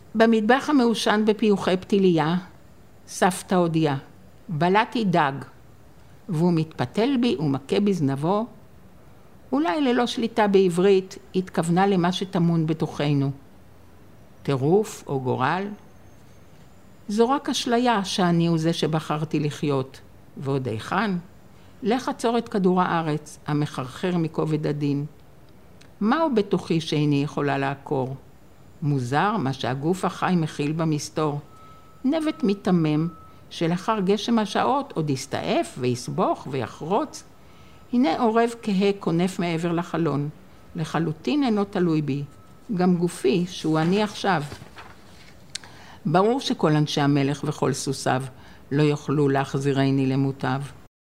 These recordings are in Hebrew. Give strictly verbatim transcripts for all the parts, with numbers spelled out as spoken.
במטבח המעושן בפיוחי פתיליה, סבתא הודיעה, בלעתי דג, והוא מתפתל בי ומכה בזנבו, אולי ללא שליטה בעברית התכוונה למה שטמון בתוכנו. טירוף או גורל? זו רק אשליה שאני הוא זה שבחרתי לחיות, ועוד היכן? לך עצור את כדור הארץ, המחרחר מכובד הדין. מהו בתוכי שאיני יכולה לעקור? מוזר מה שהגוף החי מכיל במסתור. נבט מתמם שלאחר גשם השעות עוד יסתעף ויסבוך ויחרוץ. הנה עורב כהה קונף מעבר לחלון. לחלוטין אינו תלוי בי. גם גופי שהוא אני עכשיו. ברור שכל אנשי המלך וכל סוסיו לא יוכלו להחזירני למוטב.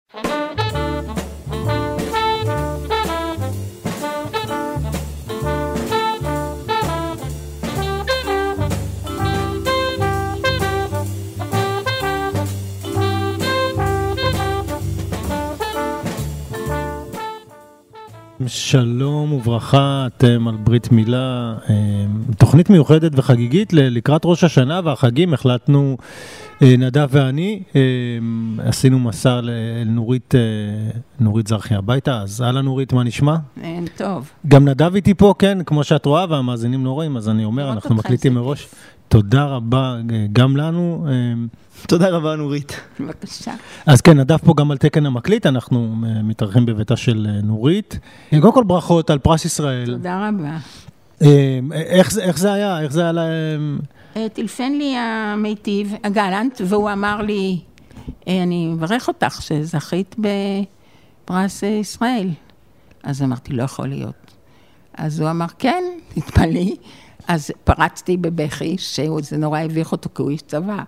שלום וברכה, אתם על ברית מילה, תוכנית מיוחדת וחגיגית לקראת ראש השנה והחגים. החלטנו, נדב ואני, עשינו מסע לנורית, נורית זרחי הביתה. אז הלאה נורית, מה נשמע? טוב. גם נדב איתי פה, כן, כמו שאת רואה, והמאזינים לא רואים, אז אני אומר, אנחנו מקליטים מראש. תודה רבה גם לנו. תודה רבה נורית. בבקשה. אז כן, נדב פה גם על תקן המקליט, אנחנו מתארחים בביתה של נורית. קודם כל ברכות על פרס ישראל. תודה רבה. איך, איך זה היה? איך זה היה להם? טלפן לי המיטיב, הגלנט, והוא אמר לי, אני מברך אותך שזכית בפרס ישראל. אז אמרתי, לא יכול להיות. אז הוא אמר, כן, תתפלאי. אז פרצתי בבכי, שזה נורא הביך אותו, כי הוא איש צבא.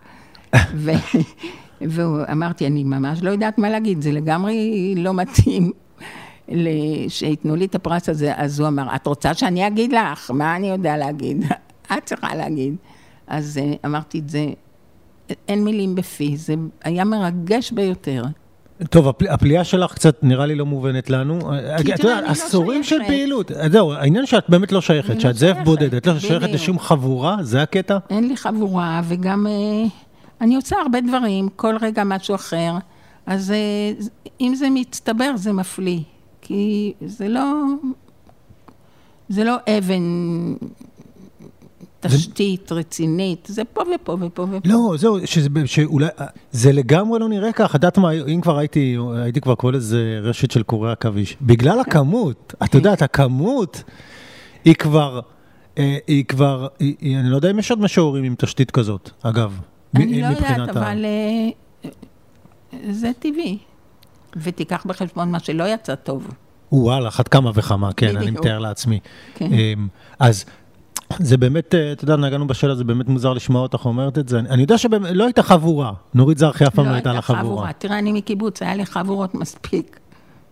ואמרתי, אני ממש לא יודעת מה להגיד, זה לגמרי לא מתאים שיתנו לי את הפרס הזה. אז הוא אמר, את רוצה שאני אגיד לך? מה אני יודע להגיד? את צריכה להגיד. אז אמרתי את זה, אין מילים בפי, זה היה מרגש ביותר. טוב, הפליאה שלך קצת נראה לי לא מובנת לנו. את יודעת, עשורים של פעילות. זהו, העניין שאת באמת לא שייכת, שאת זאב בודד, את לא שייכת לשום חבורה, זה הקטע? אין לי חבורה, וגם אני עושה הרבה דברים, כל רגע משהו אחר, אז אם זה מצטבר, זה מפליא, כי זה לא, זה לא אבן תשתית רצינית, זה פה ופה ופה ופה. לא, זהו, שאולי, זה לגמרי לא נראה כך, יודעת מה, אם כבר הייתי, הייתי כבר כל איזה רשת של קורי עכביש, בגלל הכמות, את יודעת, הכמות, היא כבר, היא כבר, אני לא יודע אם יש עוד משוררים עם תשתית כזאת, אגב. אני לא יודעת, אבל זה טבעי, ותיקח בחשבון מה שלא יצא טוב. וואלה, אחת כמה וכמה, כן, אני מתאר לעצמי. אז, זה באמת, אתה יודע, נגענו בשאלה, זה באמת מוזר לשמוע אותך אומרת את זה. אני יודע שלא הייתה חבורה. נורית זרחי אף פעם לא הייתה לה חבורה. לא הייתה חבורה. תראה, אני מקיבוץ, היה לי חבורות מספיק.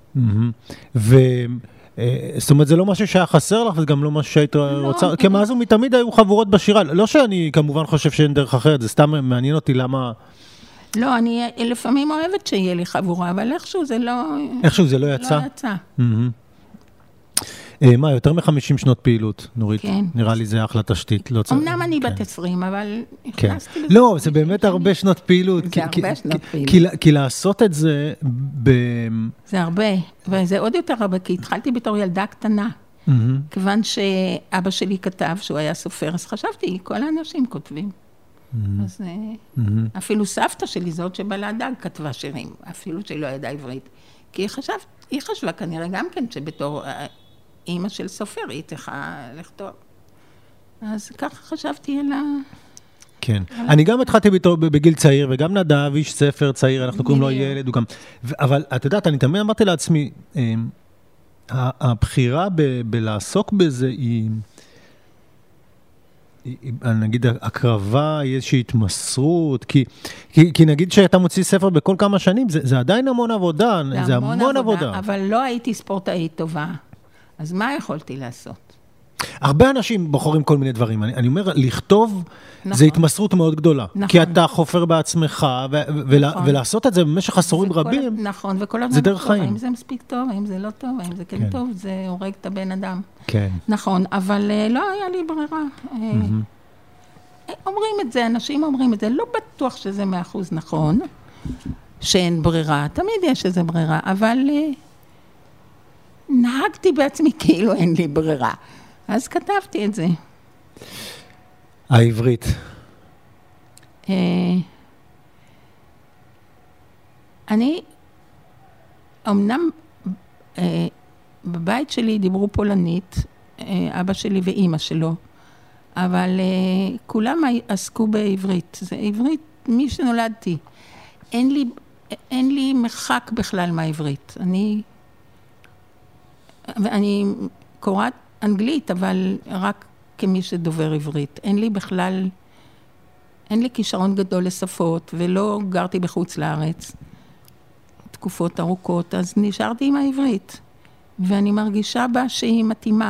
זאת אומרת, זה לא משהו שהיה חסר לך, וזה גם לא משהו שהיית רוצה, כי מאז ומתמיד היו חבורות בשירה. לא שאני כמובן חושב שאין דרך אחרת, זה סתם מעניין אותי למה... לא, אני לפעמים אוהבת שיהיה לי חבורה, אבל איכשהו זה לא... איכשהו זה לא יצא? לא יצא. מה, יותר מ-חמישים שנות פעילות, נורית? כן. נראה לי זה אחלה תשתית. אמנם אני בת עשרים, אבל הכנסתי לזה. לא, זה באמת הרבה שנות פעילות. זה הרבה שנות פעילות. כי לעשות את זה ב... זה הרבה, וזה עוד יותר הרבה, כי התחלתי בתור ילדה קטנה. כיוון שאבא שלי כתב שהוא היה סופר, אז חשבתי, כל האנשים כותבים. אז אפילו סבתא שלי, זאת שבלעדה, כתבה שירים, אפילו שלא ידעה עברית. כי היא חשבה כנראה גם כן שבתור... אימא של סופר, היא צריכה לכתוב. אז ככה חשבתי על ה... כן. אני גם התחלתי בגיל צעיר, וגם נדב, איש ספר צעיר, אנחנו קוראים לו ילד, אבל את יודעת, אני תמיד אמרתי לעצמי, הבחירה בלעסוק בזה היא, נגיד, הקרבה, היא איזושהי התמסרות, כי נגיד שאתה מוציא ספר בכל כמה שנים, זה עדיין המון עבודה, זה המון עבודה. אבל לא הייתי ספורטאית טובה. אז מה יכולתי לעשות? הרבה אנשים בוחרים כל מיני דברים. אני, אני אומר, לכתוב נכון. זה התמסרות מאוד גדולה. נכון. כי אתה חופר בעצמך, ו- נכון. ולעשות את זה במשך עשורים וכל, רבים, נכון, וכל זה דרך טוב, חיים. האם זה מספיק טוב, האם זה לא טוב, האם זה כן, כן. טוב, זה הורג את הבן אדם. כן. נכון, אבל לא היה לי ברירה. Mm-hmm. אומרים את זה, אנשים אומרים את זה, לא בטוח שזה מאה אחוז נכון, שאין ברירה, תמיד יש איזו ברירה, אבל נהגתי בעצמי כאילו אין לי ברירה, אז כתבתי את זה. העברית. אני, אמנם בבית שלי דיברו פולנית, אבא שלי ואימא שלו, אבל כולם עסקו בעברית. זה עברית, מי שנולדתי. אין לי, אין לי מרחק בכלל מהעברית. אני, אני קוראת אנגלית, אבל רק כמי שדובר עברית. אין לי בכלל, אין לי כישרון גדול לשפות, ולא גרתי בחוץ לארץ תקופות ארוכות, אז נשארתי עם העברית. ואני מרגישה בה שהיא מתאימה.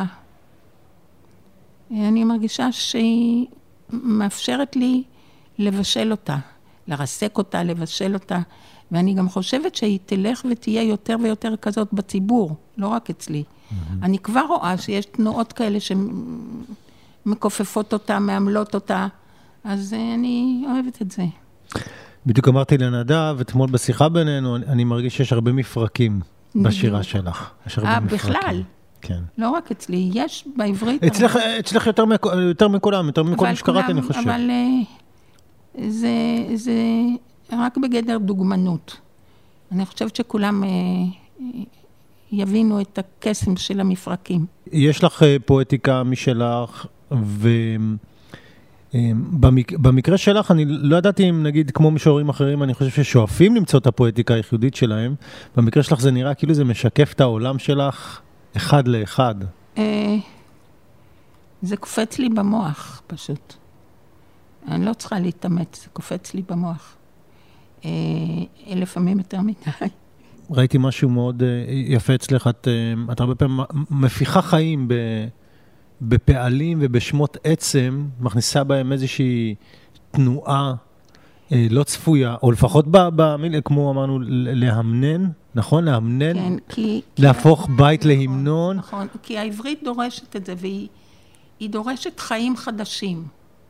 אני מרגישה שהיא מאפשרת לי לבשל אותה, לרסק אותה, לבשל אותה, ואני גם חושבת שהיא תלך ותהיה יותר ויותר כזאת בציבור, לא רק אצלי. Mm-hmm. אני כבר רואה שיש תנועות כאלה שמקופפות אותה, מעמלות אותה, אז אני אוהבת את זה. בדיוק אמרתי לנדב, אתמול בשיחה בינינו, אני מרגיש שיש הרבה מפרקים בשירה שלך. יש הרבה מפרקים. בכלל. כן. לא רק אצלי, יש בעברית... אצלך, הרבה... אצלך יותר, מכ... יותר מכולם, יותר מכל משקרת, אני חושב. אבל זה, זה רק בגדר דוגמנות. אני חושבת שכולם יבינו את הקסם של המפרקים. יש לך פואטיקה משלך, ו... במקרה שלך, אני לא ידעתי אם נגיד כמו משוררים אחרים, אני חושב ששואפים למצוא את הפואטיקה הייחודית שלהם. במקרה שלך זה נראה כאילו זה משקף את העולם שלך אחד לאחד. זה קופץ לי במוח פשוט. אני לא צריכה להתאמץ, זה קופץ לי במוח. לפעמים יותר מדי. ראיתי משהו מאוד יפה אצלך, את, את הרבה פעמים מפיחה חיים ב... בפעלים ובשמות עצם, מכניסה בהם איזושהי תנועה אה, לא צפויה, או לפחות במילה, כמו אמרנו, להמנן, נכון? להמנן? כן, כי... להפוך כי... בית נכון, להמנון? נכון, כי העברית דורשת את זה, והיא היא דורשת חיים חדשים.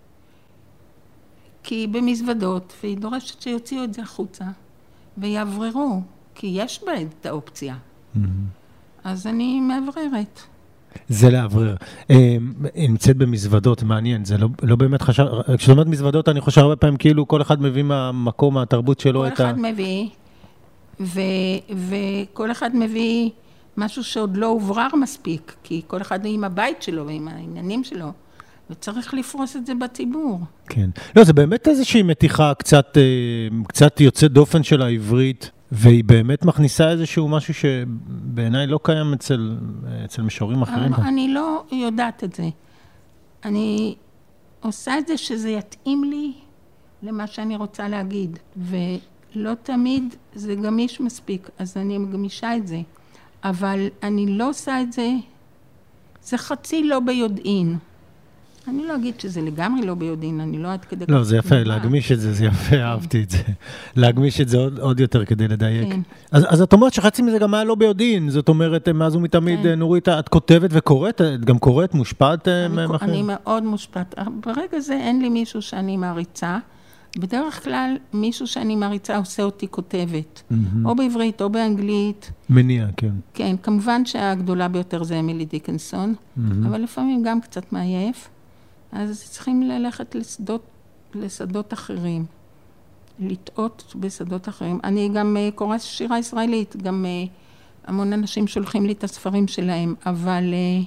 כי היא במזוודות, והיא דורשת שיוציאו את זה החוצה, ויעבררו, כי יש בה את האופציה. Mm-hmm. אז אני מעבררת. זה לעברר. נמצאת במזוודות, מעניין, זה לא, לא באמת חשב, כשאת אומרת מזוודות, אני חושב הרבה פעמים כאילו כל אחד מביא מהמקום, מהתרבות שלו כל את ה... כל אחד מביא, ו, וכל אחד מביא משהו שעוד לא הוברר מספיק, כי כל אחד עם הבית שלו ועם העניינים שלו, וצריך לפרוס את זה בציבור. כן. לא, זה באמת איזושהי מתיחה קצת, קצת יוצאת דופן של העברית, והיא באמת מכניסה איזשהו משהו שבעיניי לא קיים אצל, אצל משוררים אחרים. אני לא יודעת את זה. אני עושה את זה שזה יתאים לי למה שאני רוצה להגיד, ולא תמיד זה גמיש מספיק, אז אני מגמישה את זה. אבל אני לא עושה את זה, זה חצי לא ביודעין. אני לא אגיד שזה לגמרי לא ביודעין, אני לא עד כדי... לא, זה יפה, להגמיש את זה, זה יפה, אהבתי את זה. להגמיש את זה עוד יותר כדי לדייק. אז את אומרת שחצי מזה גם היה לא ביודעין, זאת אומרת, מאז ומתמיד, נורית, את כותבת וקוראת, את גם קוראת, מושפעת מאחרים? אני מאוד מושפעת. ברגע זה אין לי מישהו שאני מעריצה. בדרך כלל, מישהו שאני מעריצה עושה אותי כותבת. או בעברית, או באנגלית. מניע, כן. כן, כמובן שהגדולה ביותר זה אמילי דיקנסון, אבל לפעמים גם קצת מעייף. אז צריכים ללכת לשדות, לשדות אחרים, לטעות בשדות אחרים. אני גם uh, קוראת שירה ישראלית, גם uh, המון אנשים שולחים לי את הספרים שלהם, אבל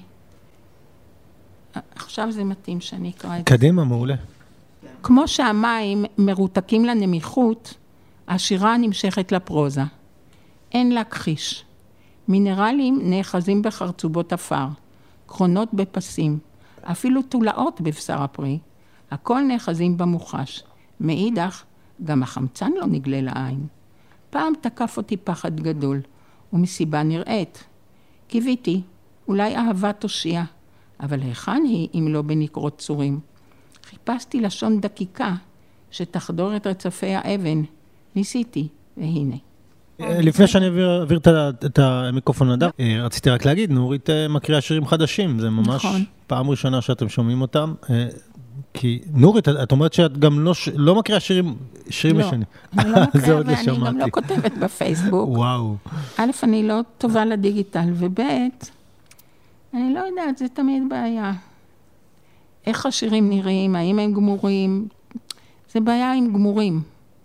uh, עכשיו זה מתאים שאני אקרא את זה. קדימה, מעולה. כמו שהמים מרותקים לנמיכות, השירה נמשכת לפרוזה. אין להכחיש. מינרלים נאחזים בחרצובות אפר, קרונות בפסים, אפילו תולעות בבשר הפרי, הכל נאחזים במוחש. מאידך, גם החמצן לא נגלה לעין. פעם תקף אותי פחד גדול, ומסיבה נראית. קיוויתי, אולי אהבה תושיע, אבל היכן היא אם לא בנקרות צורים? חיפשתי לשון דקיקה, שתחדור את רצפי האבן. ניסיתי, והנה. לפני שאני אעביר את המיקרופון לדף, רציתי רק להגיד, נורית מקריאה שירים חדשים, זה ממש פעם ראשונה שאתם שומעים אותם. כי נורית, את אומרת שאת גם לא, לא מקריאה שירים, שירים לא, משנים. אני לא מקריאה ואני שמעתי. גם לא כותבת בפייסבוק. וואו. א', אני לא טובה לדיגיטל, וב', אני לא יודעת, זה תמיד בעיה. איך השירים נראים, האם הם גמורים, זה בעיה עם גמורים.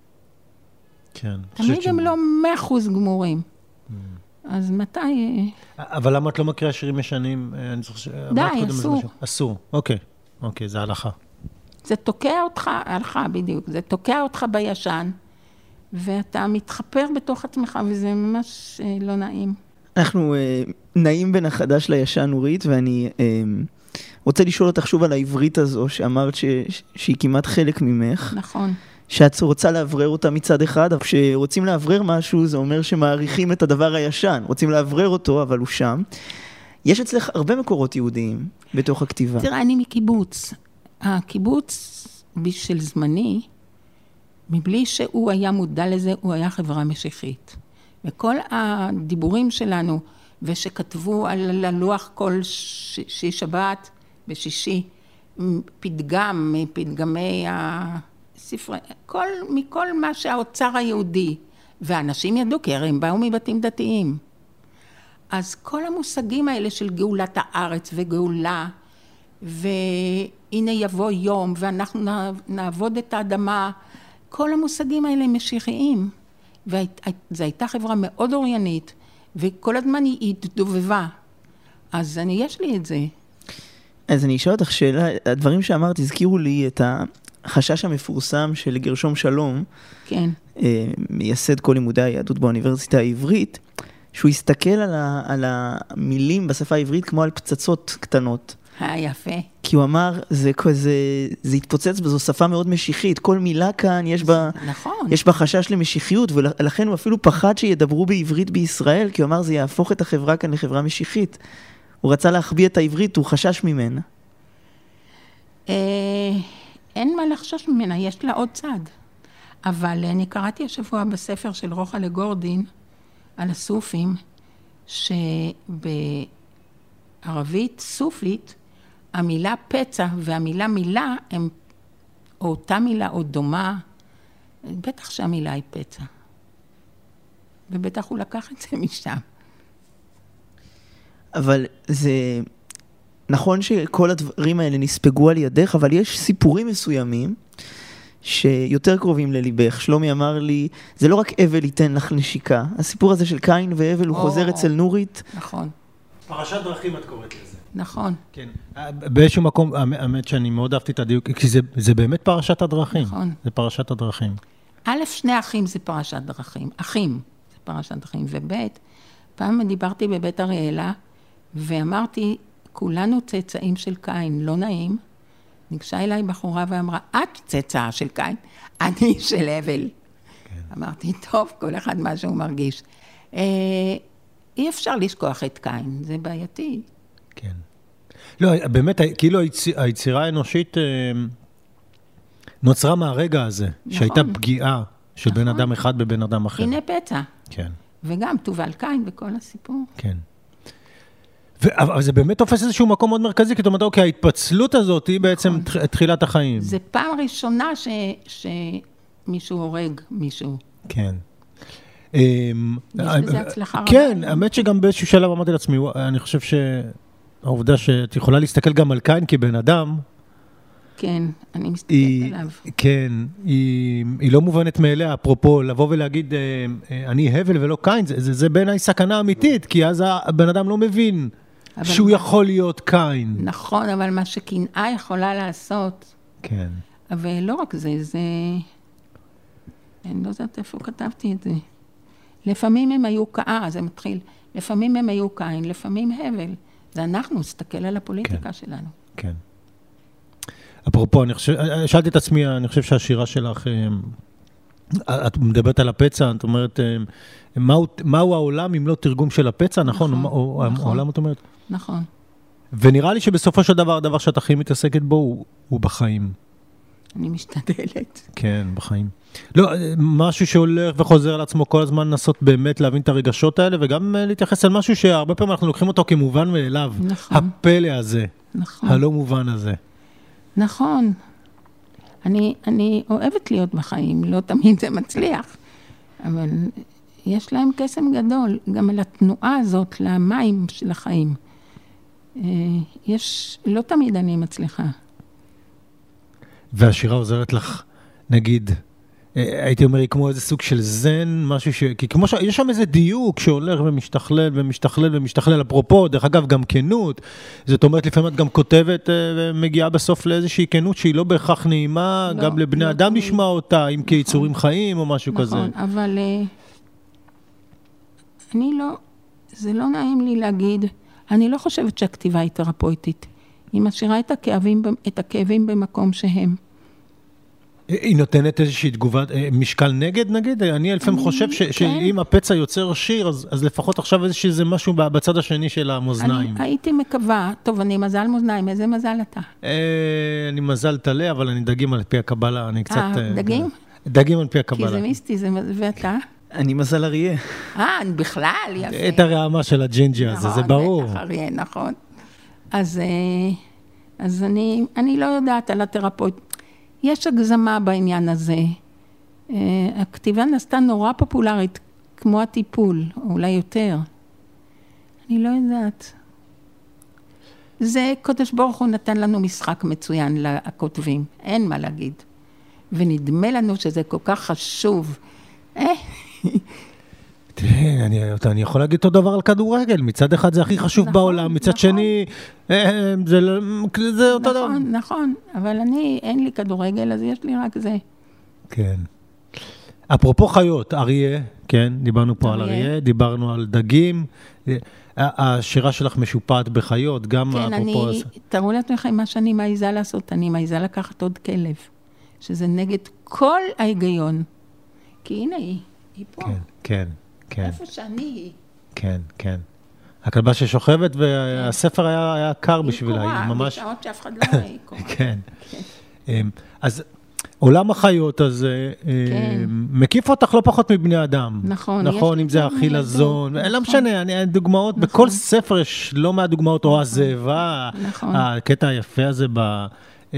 כן. תמיד הם לא מאה אחוז גמורים. אז מתי... אבל למה את לא מקריאה שירים משנים? די, אסור. אסור, אוקיי. אוקיי, זה הלכה. זה תוקע אותך, הלכה בדיוק, זה תוקע אותך בישן, ואתה מתחפר בתוך עצמך, וזה ממש לא נעים. אנחנו uh, נעים בין החדש לישן, נורית, ואני uh, רוצה לשאול אותך שוב על העברית הזו, שאמרת ש, ש, שהיא כמעט חלק ממך. נכון. שאת רוצה להברר אותה מצד אחד, אבל כשרוצים להברר משהו, זה אומר שמעריכים את הדבר הישן. רוצים להברר אותו, אבל הוא שם. יש אצלך הרבה מקורות יהודיים בתוך הכתיבה. תראה, אני מקיבוץ. הקיבוץ בשביל זמני, מבלי שהוא היה מודע לזה, הוא היה חברה משיחית. וכל הדיבורים שלנו, ושכתבו על הלוח כל שישי שבת בשישי, פתגם, פתגמי הספרי, כל, מכל מה שהאוצר היהודי, ואנשים ידעו, כי הרי הם באו מבתים דתיים. אז כל המושגים האלה של גאולת הארץ וגאולה, והנה יבוא יום, ואנחנו נעבוד את האדמה, כל המושגים האלה משיחיים. וזו הייתה חברה מאוד אוריינית, וכל הזמן היא התדובבה. אז אני, יש לי את זה. אז אני אשאל אותך שאלה, הדברים שאמרת הזכירו לי את החשש המפורסם של גרשום שלום, כן. מייסד כל לימודי היהדות באוניברסיטה העברית, שהוא הסתכל על, ה, על המילים בשפה העברית כמו על פצצות קטנות. אה, יפה. כי הוא אמר, זה, זה, זה התפוצץ בזו שפה מאוד משיחית, כל מילה כאן יש בה, נכון. יש בה חשש למשיחיות, ולכן הוא אפילו פחד שידברו בעברית בישראל, כי הוא אמר, זה יהפוך את החברה כאן לחברה משיחית. הוא רצה להחביא את העברית, הוא חשש ממנה. אין מה לחשוש ממנה, יש לה עוד צד. אבל אני קראתי השבוע בספר של רוחלה גורדין, על הסופים, שבערבית סופית, המילה פצע והמילה מילה, הם או אותה מילה או דומה, בטח שהמילה היא פצע. ובטח הוא לקח את זה משם. אבל זה נכון שכל הדברים האלה נספגו על ידך, אבל יש סיפורים מסוימים שיותר קרובים לליבך. שלומי אמר לי, זה לא רק אבל ייתן לך נשיקה. הסיפור הזה של קין והבל הוא חוזר אצל נורית. נכון. פרשת דרכים את קוראת לזה. נכון. כן. באיזשהו מקום, האמת שאני מאוד אהבתי את הדיוק, כי זה, זה באמת פרשת הדרכים. נכון. זה פרשת הדרכים. א', שני אחים זה פרשת דרכים. אחים זה פרשת דרכים. וב', פעם דיברתי בבית אריאלה, ואמרתי, כולנו צאצאים של קין, לא נעים. ניגשה אליי בחורה ואמרה, את צאצאה של קין, אני של הבל. כן. אמרתי, טוב, כל אחד מה שהוא מרגיש. אה, אי אפשר לשכוח את קין, זה בעייתי. כן. לא, באמת, כאילו היצירה האנושית נוצרה מהרגע הזה, נכון. שהייתה פגיעה של נכון. בן אדם אחד בבן אדם אחר. הנה פצע. כן. וגם תובל קין וכל הסיפור. כן. אבל זה באמת תופס איזשהו מקום מאוד מרכזי, כי אתה אומר, אוקיי, ההתפצלות הזאת היא בעצם תחילת החיים. זה פעם ראשונה שמישהו הורג מישהו. כן. יש בזה הצלחה רבה. כן, האמת שגם באיזשהו שלב אמרתי לעצמי, אני חושב שהעובדה שאת יכולה להסתכל גם על קין כבן אדם, כן, אני מסתכלת עליו. כן, היא לא מובנת מאליה, אפרופו, לבוא ולהגיד, אני הבל ולא קין, זה בעיניי סכנה אמיתית, כי אז הבן אדם לא מבין שהוא יכול להיות קין. נכון, אבל מה שקנאה יכולה לעשות, כן. אבל לא רק זה, זה... אני לא יודעת איפה כתבתי את זה. לפעמים הם היו קאה, זה מתחיל. לפעמים הם היו קין, לפעמים הבל. זה אנחנו, נסתכל על הפוליטיקה שלנו. כן. אפרופו, אני חושב, שאלתי את עצמי, אני חושב שהשירה שלך, את מדברת על הפצע, את אומרת, מהו, מהו העולם אם לא תרגום של הפצע, נכון? נכון, או, נכון. העולם, את אומרת? נכון. ונראה לי שבסופו של דבר, הדבר שאת הכי מתעסקת בו, הוא, הוא בחיים. אני משתדלת. כן, בחיים. לא, משהו שהולך וחוזר על עצמו כל הזמן, לנסות באמת להבין את הרגשות האלה, וגם להתייחס על משהו שהרבה פעמים אנחנו לוקחים אותו כמובן מאליו. נכון. הפלא הזה. נכון. הלא מובן הזה. נכון. אני, אני אוהבת להיות בחיים, לא תמיד זה מצליח, אבל יש להם קסם גדול, גם על התנועה הזאת, למים של החיים. יש, לא תמיד אני מצליחה. והשירה עוזרת לך, נגיד, הייתי אומר, היא כמו איזה סוג של זן, משהו ש... כי כמו ש... יש שם איזה דיוק שהולך ומשתכלל ומשתכלל ומשתכלל, אפרופו, דרך אגב, גם כנות. זאת אומרת, לפעמים את גם כותבת ומגיעה בסוף לאיזושהי כנות שהיא לא בהכרח נעימה, לא, גם לבני לא אדם תמיד. לשמוע אותה, אם נכון. כיצורים חיים או משהו נכון, כזה. נכון, אבל אני לא, זה לא נעים לי להגיד, אני לא חושבת שהכתיבה היא תרפויטית. היא משאירה את הכאבים, את הכאבים במקום שהם. היא נותנת איזושהי תגובה, משקל נגד נגיד? אני לפעמים חושב שאם הפצע יוצר שיר, אז לפחות עכשיו איזה משהו בצד השני של המאזניים. אני הייתי מקווה, טוב, אני מזל מאזניים, איזה מזל אתה? אני מזל תלה, אבל אני דגים על פי הקבלה, אני קצת... דגים? דגים על פי הקבלה. כי זה מיסטי, ואתה? אני מזל אריה. אה, בכלל, יפה. את הרעמה של הג'ינג'י הזה, זה ברור. נכון, בטח אריה, נכון. אז אני לא יודעת על התרפויט. יש הגזמה בעניין הזה. הכתיבה נעשתה נורא פופולרית, כמו הטיפול, או אולי יותר. אני לא יודעת. זה קודש ברוך הוא נתן לנו משחק מצוין לכותבים, אין מה להגיד. ונדמה לנו שזה כל כך חשוב. תראה, אני יכול להגיד אותו דבר על כדורגל, מצד אחד זה הכי חשוב בעולם, מצד שני, זה אותו דבר. נכון, נכון, אבל אני, אין לי כדורגל, אז יש לי רק זה. כן. אפרופו חיות, אריה, כן, דיברנו פה על אריה, דיברנו על דגים, השירה שלך משופעת בחיות, גם כן, אפרופו... אני, תראו לעצמכם מה שאני מעיזה לעשות, אני מעיזה לקחת עוד כלב, שזה נגד כל ההיגיון, כי הנה היא, היא פה. כן, כן. כן. איפה שאני היא. כן, כן. הכלבה ששוכבת והספר היה, היה קר בשבילה. היא קורה, ממש... בשעות שאף אחד לא רואה, היא קורה. כן. כן. אז עולם החיות הזה כן. מקיף אותך לא פחות מבני אדם. נכון. נכון, אם זה החילזון. נכון. לא משנה, אני, דוגמאות, נכון. בכל ספר יש לא מהדוגמאות, נכון. או הזאבה, נכון. הקטע היפה הזה ב...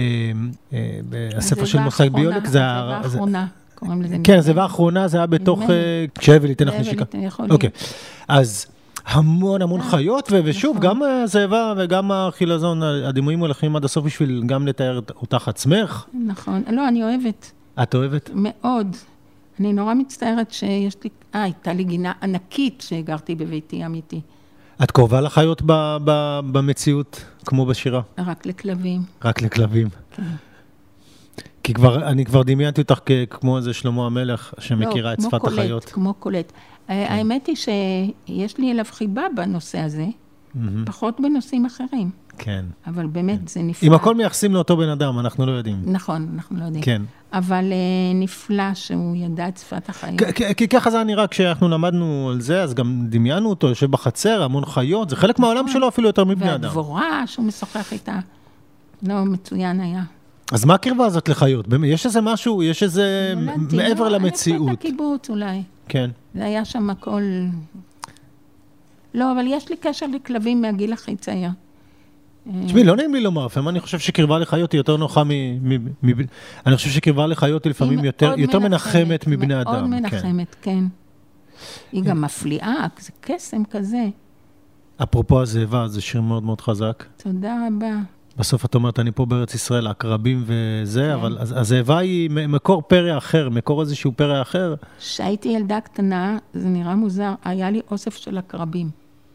הספר של מושג ביולק. הזאבה האחרונה. כן, הזאבה האחרונה זה היה בתוך, כשהבל ייתן לך נשיקה. אוקיי, אז המון המון חיות, ושוב, גם הזאבה וגם החילזון, הדימויים הולכים עד הסוף בשביל גם לתאר אותך עצמך. נכון, לא, אני אוהבת. את אוהבת? מאוד. אני נורא מצטערת שיש לי, אה, הייתה לי גינה ענקית שהגרתי בביתי אמיתי. את קרובה לחיות במציאות, כמו בשירה? רק לכלבים. רק לכלבים. כן. כי כבר, אני כבר דמיינתי אותך כמו איזה שלמה המלך שמכירה את שפת החיות. כמו קולט. האמת היא שיש לי אליו חיבה בנושא הזה, פחות בנושאים אחרים. כן. אבל באמת זה נפלא. אם הכל מייחסים לאותו בן אדם, אנחנו לא יודעים. נכון, אנחנו לא יודעים. כן. אבל נפלא שהוא ידע את שפת החיות. כי ככה זה נראה, כשאנחנו למדנו על זה, אז גם דמיינו אותו, יושב בחצר, המון חיות, זה חלק מהעולם שלו אפילו יותר מבני אדם. והדבורה שהוא משוחח איתה, לא, מצוין היה. אז מה הקרבה הזאת לחיות? יש איזה משהו, יש איזה מעבר למציאות. אני חושבת הקיבוץ אולי. כן. זה היה שם הכל... לא, אבל יש לי קשר לכלבים מהגיל הכי צעיר. תשמעי, לא נעים לי לומר, לפעמים אני חושב שקרבה לחיות היא יותר נוחה מ... אני חושב שקרבה לחיות היא לפעמים יותר מנחמת מבני אדם. מאוד מנחמת, כן. היא גם מפליאה, זה קסם כזה. אפרופו הזאבה, זה שיר מאוד מאוד חזק. תודה רבה. בסוף את אומרת, אני פה בארץ ישראל, הקרבים וזה, אבל הזאבה היא מקור פרא אחר, מקור איזשהו פרא אחר. כשהייתי ילדה קטנה, זה נראה מוזר, היה לי אוסף של הקרבים.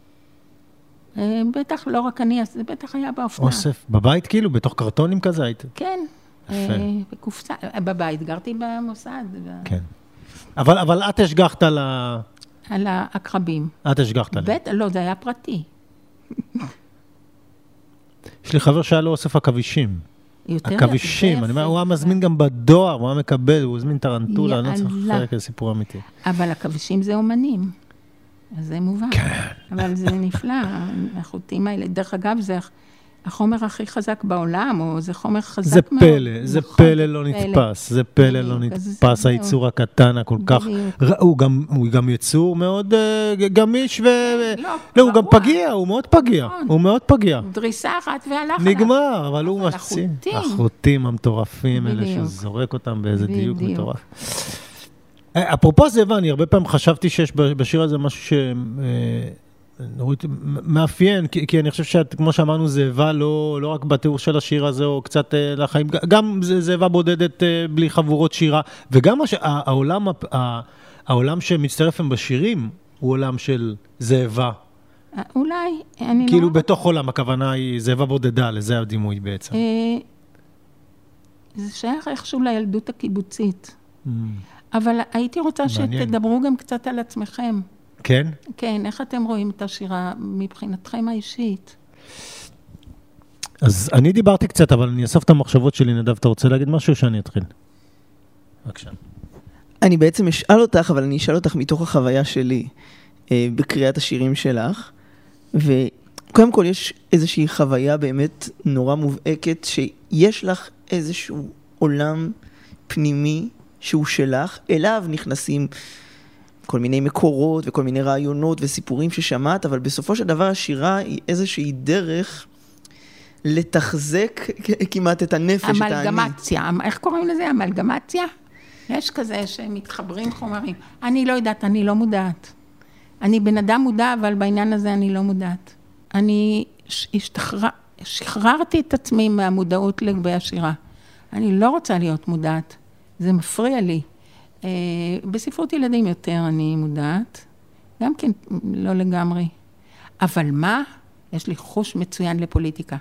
בטח, לא רק אני, זה בטח היה באופנה. אוסף, בבית כאילו, בתוך קרטונים כזה היית? כן, בקופסה, בבית, גרתי במוסד. כן, אבל את השגחת על ה... על הקרבים. את השגחת עליהם. בטח, לא, זה היה פרטי. יש לי חבר שהיה לו אוסף הכבישים. יותר הכבישים, אני אומר, הוא היה מזמין גם בדואר, הוא היה מקבל, הוא הזמין טרנטולה, אני לא צריך לחלק איזה סיפור אמיתי. אבל הכבישים זה אומנים, אז זה מובן. כן. אבל זה נפלא, החוטים האלה. דרך אגב, זה החומר הכי חזק בעולם, או זה חומר חזק זה מאוד. פלא, זה נכון, פלא לא נתפס, זה פלא לא נתפס, היצור הקטן הכל כך, הוא גם, הוא גם יצור מאוד uh, גמיש, ו... לא, לא הוא גם פגיע, הוא מאוד פגיע, הוא מאוד פגיע. דריסה אחת והלך עליו. נגמר, אבל הוא מציא. החוטים המטורפים האלה, שהוא זורק אותם באיזה דיוק מטורף. אפרופו זאבה, אני הרבה פעמים חשבתי שיש בשיר הזה משהו ש... נורית, מאפיין, כי, כי אני חושב שכמו שאמרנו, זאבה לא, לא רק בתיאור של השיר הזה, או קצת אה, לחיים, גם זאבה בודדת אה, בלי חבורות שירה, וגם הש, העולם, העולם שמצטרפים בשירים, הוא עולם של זאבה. אולי, אני כאילו לא... בתוך עולם, הכוונה היא זאבה בודדה, לזה הדימוי בעצם. אה, זה שייך איכשהו לילדות הקיבוצית. Mm. אבל הייתי רוצה מעניין. שתדברו גם קצת על עצמכם. כן? כן, איך אתם רואים את השירה מבחינתכם האישית? אז אני דיברתי קצת, אבל אני אסוף את המחשבות שלי. נדב, אתה רוצה להגיד משהו שאני אתחיל? בבקשה. אני בעצם אשאל אותך, אבל אני אשאל אותך מתוך החוויה שלי, אה, בקריאת השירים שלך, וקודם כל יש איזושהי חוויה באמת נורא מובהקת, שיש לך איזשהו עולם פנימי שהוא שלך, אליו נכנסים כל מיני מקורות וכל מיני רעיונות וסיפורים ששמעת, אבל בסופו של דבר השירה היא איזושהי דרך לתחזק כמעט את הנפש, את העני. אמלגמציה, איך קוראים לזה? אמלגמציה? יש כזה שמתחברים חומרים. אני לא יודעת, אני לא מודעת. אני בן אדם מודע, אבל בעניין הזה אני לא מודעת. אני השתחרר, שחררתי את עצמי מהמודעות לגבי השירה. אני לא רוצה להיות מודעת. זה מפריע לי. Uh, בספרות ילדים יותר אני מודעת, גם כן לא לגמרי. אבל מה? יש לי חוש מצוין לפוליטיקה.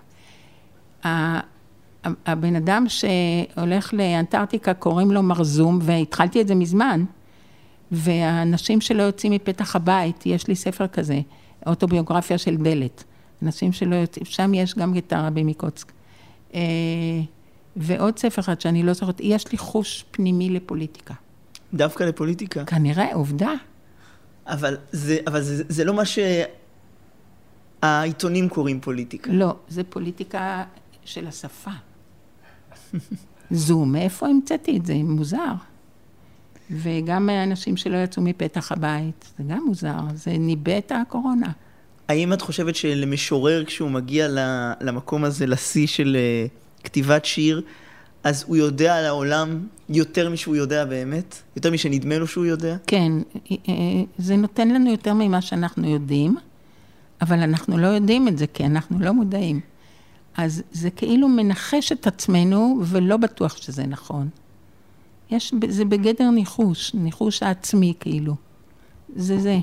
הבן אדם שהולך לאנטארקטיקה קוראים לו מרזום, והתחלתי את זה מזמן, והאנשים שלא יוצאים מפתח הבית, יש לי ספר כזה, אוטוביוגרפיה של דלת. אנשים שלא יוצאים, שם יש גם גיטרה במיקוצק. Uh, ועוד ספר אחד שאני לא זוכרת, יש לי חוש פנימי לפוליטיקה. דווקא לפוליטיקה. כנראה, עובדה. אבל זה, אבל זה, זה לא מה שהעיתונים קוראים פוליטיקה. לא, זה פוליטיקה של השפה. זו, מאיפה המצאתי את זה? מוזר. וגם האנשים שלא יצאו מפתח הבית, זה גם מוזר, זה ניבט הקורונה. האם את חושבת שלמשורר כשהוא מגיע למקום הזה, לשיא של כתיבת שיר, אז הוא יודע על העולם יותר משהוא יודע באמת? יותר משנדמה לו שהוא יודע? כן, זה נותן לנו יותר ממה שאנחנו יודעים, אבל אנחנו לא יודעים את זה, כי אנחנו לא מודעים. אז זה כאילו מנחש את עצמנו, ולא בטוח שזה נכון. יש, זה בגדר ניחוש, ניחוש העצמי כאילו. זה זה.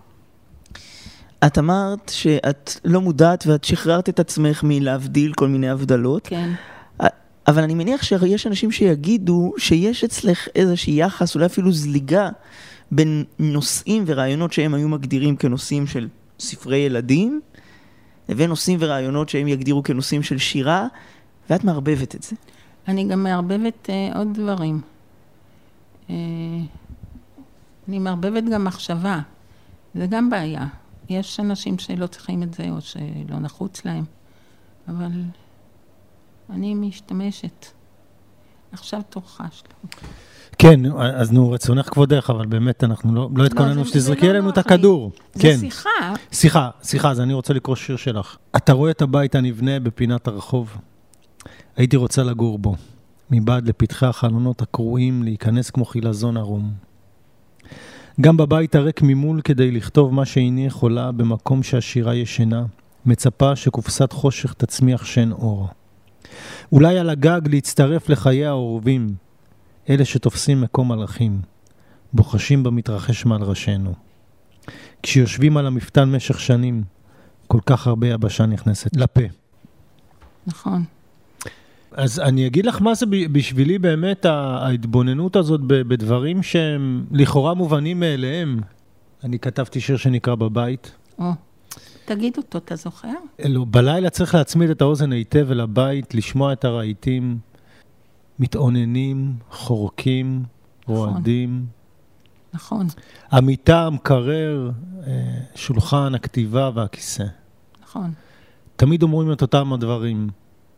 את אמרת שאת לא מודעת ואת שחררת את עצמך מלהבדיל כל מיני הבדלות. כן. אבל אני מניח שיש אנשים שיגידו שיש אצלך איזושהי יחס, אולי אפילו זליגה, בין נושאים ורעיונות שהם היו מגדירים כנושאים של ספרי ילדים, לבין נושאים ורעיונות שהם יגדירו כנושאים של שירה, ואת מערבבת את זה. אני גם מערבבת אה, עוד דברים. אה, אני מערבבת גם מחשבה. זה גם בעיה. יש אנשים שלא צריכים את זה, או שלא נחוץ להם. אבל אני משתמשת. עכשיו תורך שלו. כן, אז נו, רצונך כבודך, אבל באמת אנחנו לא, לא התכוננו שתזרקי אלינו את הכדור. זה כן. שיחה. שיחה, שיחה, אז אני רוצה לקרוא שיר שלך. אתה רואה את הבית הנבנה בפינת הרחוב. הייתי רוצה לגור בו. מבעד לפתחי החלונות הקרועים, להיכנס כמו חילזון ערום. גם בבית הריק ממול כדי לכתוב מה שאיני יכולה במקום שהשירה ישנה, מצפה שקופסת חושך תצמיח שן אור. אולי על הגג להצטרף לחיי העורבים, אלה שתופסים מקום מלאכים, בוחשים במתרחש מעל ראשנו. כשיושבים על המפתן משך שנים, כל כך הרבה יבשה נכנסת לפה. נכון. אז אני אגיד לך מה זה בשבילי באמת ההתבוננות הזאת בדברים שהם לכאורה מובנים מאליהם. אני כתבתי שיר שנקרא בבית. או, תגיד אותו, אתה זוכר? לא, בלילה צריך להצמיד את האוזן היטב אל הבית, לשמוע את הרהיטים, מתאוננים, חורקים, רועדים. נכון. המיטה, המקרר, שולחן, הכתיבה והכיסא. נכון. תמיד אומרים את אותם הדברים.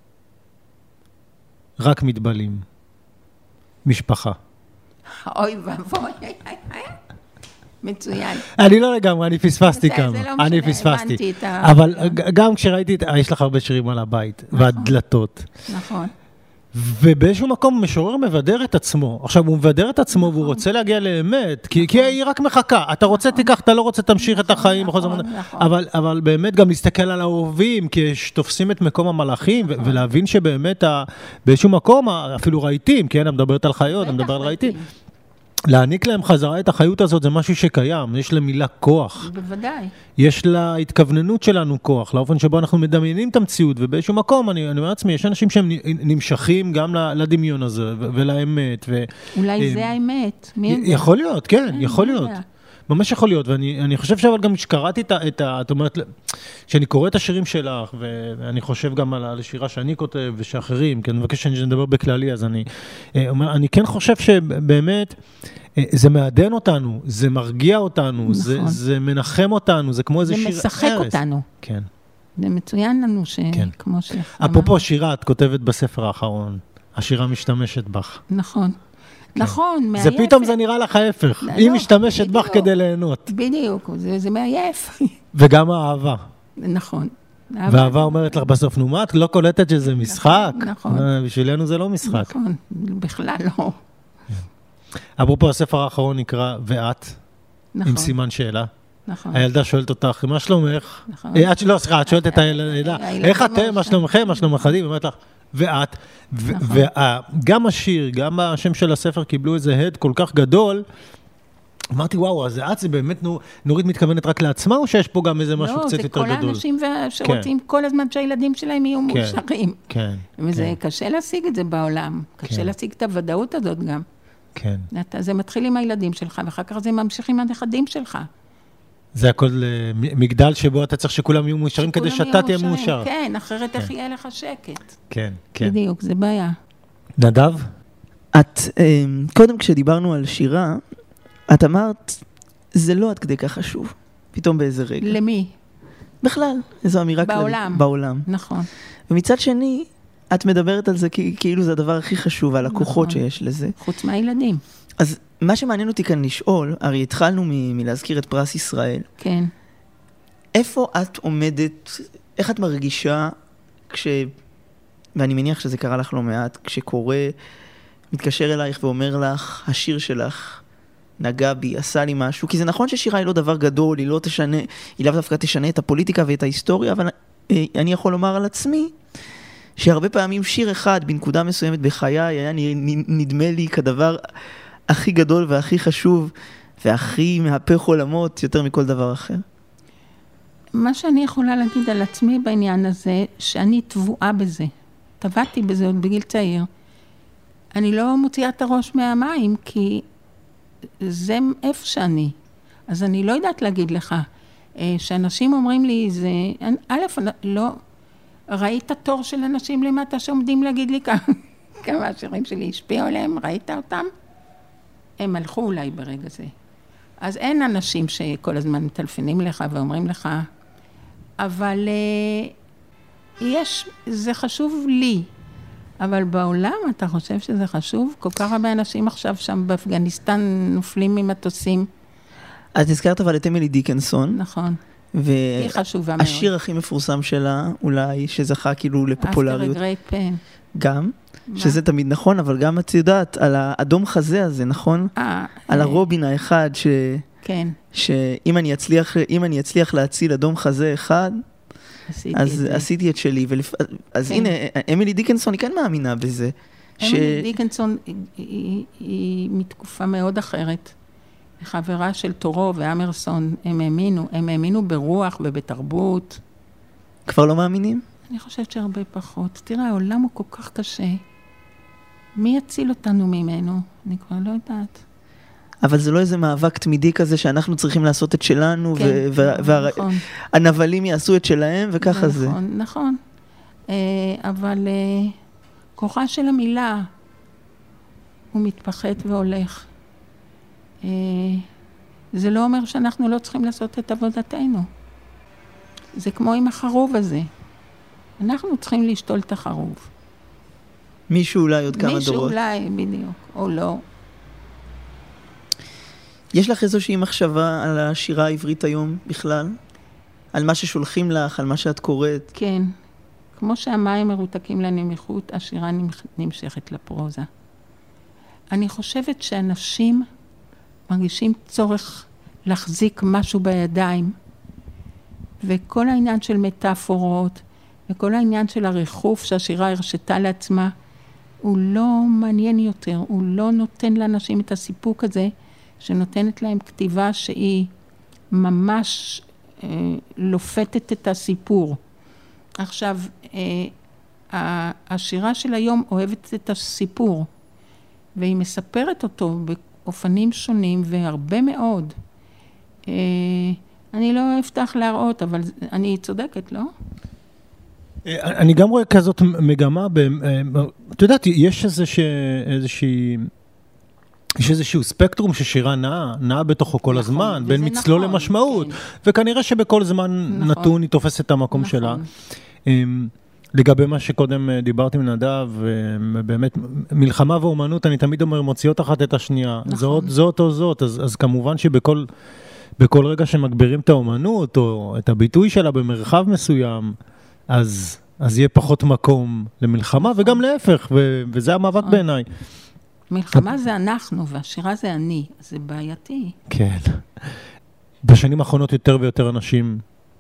רק מתבלים. משפחה. אוי ואבוי. מצוין. אני לא לגמרי, אני פספסתי כמה. זה לא משנה, אני פספסתי. הבנתי את ה... אבל גם כשראיתי, יש לך הרבה שירים על הבית, והדלתות. נכון. ובאיזשהו מקום משורר מבדר את עצמו. עכשיו, הוא מבדר את עצמו והוא רוצה להגיע לאמת, כי היא רק מחכה. אתה רוצה תיקח, אתה לא רוצה תמשיך את החיים. אבל באמת גם להסתכל על האהובים, כי תופסים את מקום המלאכים, ולהבין שבאמת באיזשהו מקום, אפילו רהיטים, כן, אני מדברת על חיות, אני מדבר על רהיטים. להעניק להם חזרה את החיות הזאת זה משהו שקיים, יש למילה כוח. בוודאי. יש לה התכווננות שלנו כוח, לאופן שבו אנחנו מדמיינים את המציאות, ובאיזשהו מקום, אני, אני אומר לעצמי, יש אנשים שהם נמשכים גם לדמיון הזה, ולאמת. ו, אולי זה האמת. יכול להיות, כן, יכול להיות. ממש יכול להיות, ואני אני חושב שאבל גם שקראתי את, את ה... את אומרת, שאני קורא את השירים שלך, ואני חושב גם על השירה שאני כותב ושאחרים, כי אני מבקש שאני נדבר בכללי, אז אני אומר, אני כן חושב שבאמת זה מעדן אותנו, זה מרגיע אותנו, נכון. זה, זה מנחם אותנו, זה כמו איזה שיר... זה משחק ארס. אותנו. כן. זה מצוין לנו שכמו כן. שלך. אפרופו שירה, את כותבת בספר האחרון, השירה משתמשת בך. נכון. נכון, מעייף. זה פתאום זה נראה לך ההפך. היא משתמשת בך כדי ליהנות. בדיוק, זה מעייף. וגם האהבה. נכון. והאהבה אומרת לך בסוף, נו מה, את לא קולטת שזה משחק? נכון. בשבילנו זה לא משחק. נכון, בכלל לא. אפרופו, הספר האחרון נקרא ואת, עם סימן שאלה. נכון. הילדה שואלת אותך, מה שלומך? נכון. לא, סליחה, את שואלת את הילדה, איך אתם, מה שלומכם, מה שלום אחדים? אומרת לך, ואת, וגם השיר, גם השם של הספר קיבלו איזה הד כל כך גדול, אמרתי, וואו, אז את זה באמת נורית מתכוונת רק לעצמה, או שיש פה גם איזה משהו קצת יותר גדול? לא, זה כל האנשים שרוצים כל הזמן שהילדים שלהם יהיו מאושרים. כן. וזה קשה להשיג את זה בעולם, קשה להשיג את הוודאות הזאת גם. כן. זה מתחיל עם הילדים שלך, ואחר כך זה ממשיך עם הנכדים שלך. זה הכל מגדל שבו אתה צריך שכולם יהיו מאושרים כדי שאתה תהיה מאושר. כן, אחרת איך יהיה לך שקט. כן, כן. בדיוק, זה בעיה. נדב? את, קודם כשדיברנו על שירה, את אמרת, זה לא עד כדי כך חשוב, פתאום באיזה רגע. למי? בכלל, איזו אמירה כללית. בעולם. בעולם. נכון. ומצד שני, את מדברת על זה כאילו זה הדבר הכי חשוב, על הכוחות נכון. שיש לזה. חוץ מהילדים. אז מה שמעניין אותי כאן לשאול, הרי התחלנו מ- מלהזכיר את פרס ישראל. כן. איפה את עומדת, איך את מרגישה כש... ואני מניח שזה קרה לך לא מעט, כשקורא, מתקשר אלייך ואומר לך, השיר שלך נגע בי, עשה לי משהו, כי זה נכון ששירה היא לא דבר גדול, היא לא תשנה, היא לאו דווקא תשנה את הפוליטיקה ואת ההיסטוריה, אבל אני יכול לומר על עצמי, שהרבה פעמים שיר אחד בנקודה מסוימת בחיי היה נדמה לי כדבר הכי גדול והכי חשוב והכי מהפך עולמות יותר מכל דבר אחר. מה שאני יכולה להגיד על עצמי בעניין הזה, שאני תבואה בזה. טבעתי בזה עוד בגיל צעיר. אני לא מוציאה את הראש מהמים, כי זה איפה שאני. אז אני לא יודעת להגיד לך, שאנשים אומרים לי, זה, א', לא, ראית תור של אנשים למטה שעומדים להגיד לי כמה, כמה השירים שלי השפיעו עליהם, ראית אותם? הם הלכו אולי ברגע זה. אז אין אנשים שכל הזמן מטלפנים לך ואומרים לך, אבל יש, זה חשוב לי. אבל בעולם אתה חושב שזה חשוב? כל כך הרבה אנשים עכשיו שם באפגניסטן נופלים ממטוסים. את הזכרת אבל את אמילי דיקנסון. נכון. היא חשובה מאוד. השיר הכי מפורסם שלה, אולי, שזכה כאילו לפופולריות. After a great pain. גם, שזה תמיד נכון, אבל גם את יודעת, על האדום חזה הזה, נכון? על הרובין האחד, שאם אני אצליח, אם אני אצליח להציל אדום חזה אחד, אז עשיתי את שלי. אז הנה, אמילי דיקנסון היא כן מאמינה בזה. אמילי דיקנסון היא מתקופה מאוד אחרת. חברה של תורו ואמרסון, הם האמינו, הם האמינו ברוח ובתרבות. כבר לא מאמינים? אני חושבת שהרבה פחות. תראה, העולם הוא כל כך קשה. מי יציל אותנו ממנו? אני כבר לא יודעת. אבל זה לא איזה מאבק תמידי כזה שאנחנו צריכים לעשות את שלנו, והנבלים יעשו את שלהם, וככה זה. נכון, נכון. אבל כוחה של המילה הוא מתפחת והולך. זה לא אומר שאנחנו לא צריכים לעשות את עבודתנו. זה כמו עם החרוב הזה. אנחנו צריכים לשתול את החרוב. מישהו אולי עוד כמה מישהו דורות. מישהו אולי, בדיוק, או לא. יש לך איזושהי מחשבה על השירה העברית היום בכלל? על מה ששולחים לך, על מה שאת קוראת? כן. כמו שהמים מרותקים לנמיכות, השירה נמשכת לפרוזה. אני חושבת שאנשים מרגישים צורך להחזיק משהו בידיים, וכל העניין של מטאפורות, וכל העניין של הריחוף שהשירה הרשתה לעצמה, הוא לא מעניין יותר, הוא לא נותן לאנשים את הסיפוק הזה, שנותנת להם כתיבה שהיא ממש אה, לופתת את הסיפור. עכשיו, אה, השירה של היום אוהבת את הסיפור, והיא מספרת אותו באופנים שונים והרבה מאוד. אה, אני לא אפתח להראות, אבל אני צודקת, לא? אני גם רואה כזאת מגמה, אתה יודעת, יש איזושהי, יש איזשהו ספקטרום ששירה נעה, נעה בתוכו כל הזמן, בין מצלול למשמעות, וכנראה שבכל זמן נתון היא תופסת את המקום שלה. לגבי מה שקודם דיברתי עם נדב, באמת, מלחמה ואומנות, אני תמיד אומר, מוציאות אחת את השנייה, זאת או זאת, אז כמובן שבכל בכל רגע שמגבירים את האומנות, או את הביטוי שלה במרחב מסוים, אז, אז יהיה פחות מקום למלחמה, וגם להפך, ו, וזה המאבק בעיניי. מלחמה זה אנחנו, והשירה זה אני, זה בעייתי. כן. בשנים האחרונות יותר ויותר אנשים,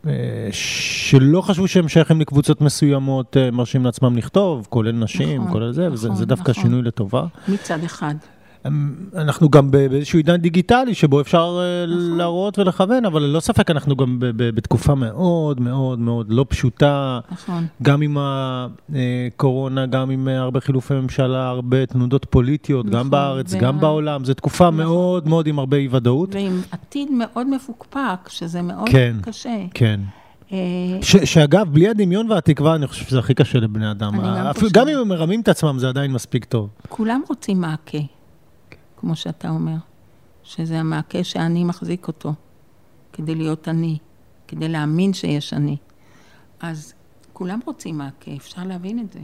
שלא חשבו שהם שייכים לקבוצות מסוימות, מרשים לעצמם לכתוב, כולל נשים, נכון, כולל זה, נכון, וזה זה דווקא נכון. שינוי לטובה. מצד אחד. אנחנו גם באיזשהו עידן דיגיטלי שבו אפשר להראות ולכוון, אבל ללא ספק אנחנו גם בתקופה מאוד מאוד מאוד לא פשוטה, גם עם הקורונה, גם עם הרבה חילופי ממשלה, הרבה תנודות פוליטיות, גם בארץ, גם בעולם, זו תקופה מאוד מאוד עם הרבה אי ודאות. ועם עתיד מאוד מפוקפק, שזה מאוד קשה. כן. שאגב, בלי הדמיון והתקווה, אני חושב שזה הכי קשה לבני אדם. גם אם הם מרמים את עצמם, זה עדיין מספיק טוב. כולם רוצים מעקה. כמו שאתה אומר, שזה המעקה שאני מחזיק אותו, כדי להיות אני, כדי להאמין שיש אני. אז כולם רוצים מעקה, אפשר להבין את זה.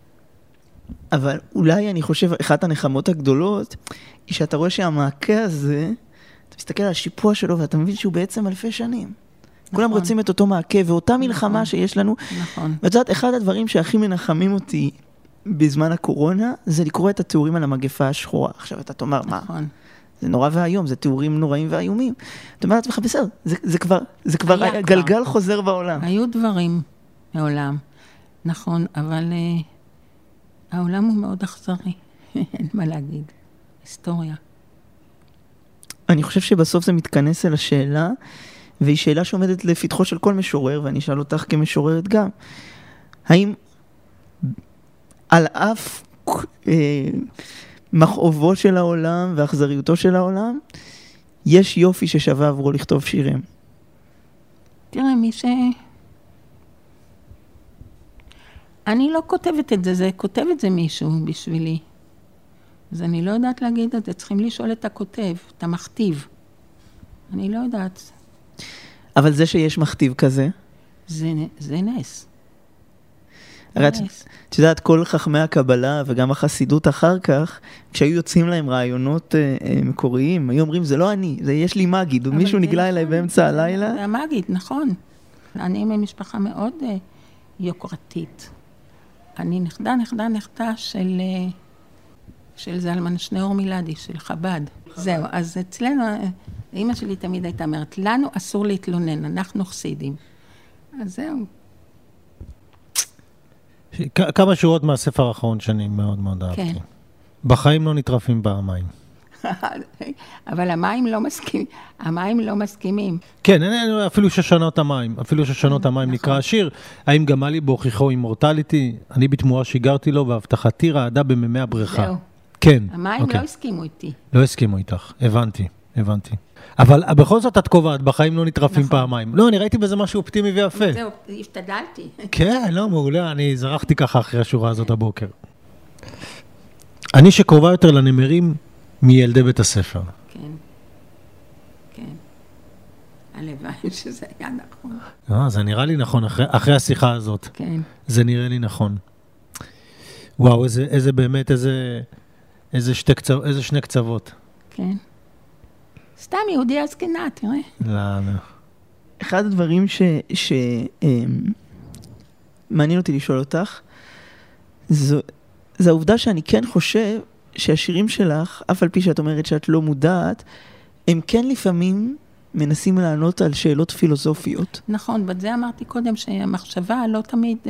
אבל אולי אני חושב, אחת הנחמות הגדולות, היא שאתה רואה שהמעקה הזה, אתה מסתכל על השיפוע שלו, ואתה מבין שהוא בעצם אלפי שנים. נכון. כולם רוצים את אותו מעקה, ואותה מלחמה נכון. שיש לנו. נכון. ואת יודעת, אחד הדברים שהכי מנחמים אותי, בזמן הקורונה, זה לקרוא את התיאורים על המגפה השחורה. עכשיו אתה תאמר, מה? נכון. זה נורא והיום, זה תיאורים נוראים והיומים. אתה אומר לעצמך, בסדר, זה, זה כבר, זה כבר גלגל כבר. חוזר בעולם. היו דברים מעולם, נכון, אבל uh, העולם הוא מאוד אכזרי, אין מה להגיד. היסטוריה. אני חושב שבסוף זה מתכנס אל השאלה, והיא שאלה שעומדת לפתחו של כל משורר, ואני אשאל אותך כמשוררת גם. האם על אף אה, מכאובו של העולם ואכזריותו של העולם, יש יופי ששווה עבורו לכתוב שירים? תראה, מי ש... אני לא כותבת את זה, זה כותב את זה מישהו בשבילי. אז אני לא יודעת להגיד את זה, צריכים לשאול את הכותב, את המכתיב. אני לא יודעת. אבל זה שיש מכתיב כזה? זה, זה נס. הרי את יודעת, כל חכמי הקבלה וגם החסידות אחר כך, כשהיו יוצאים להם רעיונות אה, אה, מקוריים, היו אומרים, זה לא אני, זה יש לי מגיד, ומישהו נגלה אליי באמצע הלילה. זה המגיד, נכון. אני ממשפחה מאוד אה, יוקרתית. אני נכדה, נכדה, נכדה של, אה, של זלמן שניאור מילדי, של חב"ד. זהו, אז אצלנו, אמא שלי תמיד הייתה אומרת, לנו אסור להתלונן, אנחנו חסידים. אז זהו. כמה שורות מהספר האחרון שאני מאוד מאוד אהבתי. כן. בחיים לא נטרפים במים. אבל המים לא מסכימים. המים לא מסכימים. כן, אפילו ששנות המים. אפילו ששנות המים נקרא השיר. האם גמל לי בהוכיחו אימורטליטי? אני בתמורה שיגרתי לו, והבטחתי רעדה בממי הבריכה. זהו. כן. המים לא הסכימו איתי. לא הסכימו איתך. הבנתי, הבנתי. אבל בכל זאת את קובעת, בחיים לא נטרפים נכון. פעמיים. לא, אני ראיתי בזה משהו אופטימי ויפה. זהו, השתדלתי. כן, לא, מעולה, אני זרחתי ככה אחרי השורה הזאת הבוקר. אני שקרובה יותר לנמרים מילדי בית הספר. כן, כן. הלוואי שזה היה נכון. אה, זה נראה לי נכון, אחרי, אחרי השיחה הזאת. כן. זה נראה לי נכון. וואו, איזה, איזה באמת, איזה, איזה, שתי קצו, איזה שני קצוות. כן. סתם יהודי הזקנה, תראה. לא, לא. אחד הדברים ש... ש אמ, מעניין אותי לשאול אותך, זו, זו העובדה שאני כן חושב שהשירים שלך, אף על פי שאת אומרת שאת לא מודעת, הם כן לפעמים מנסים לענות על שאלות פילוסופיות. נכון, בזה אמרתי קודם שהמחשבה לא תמיד,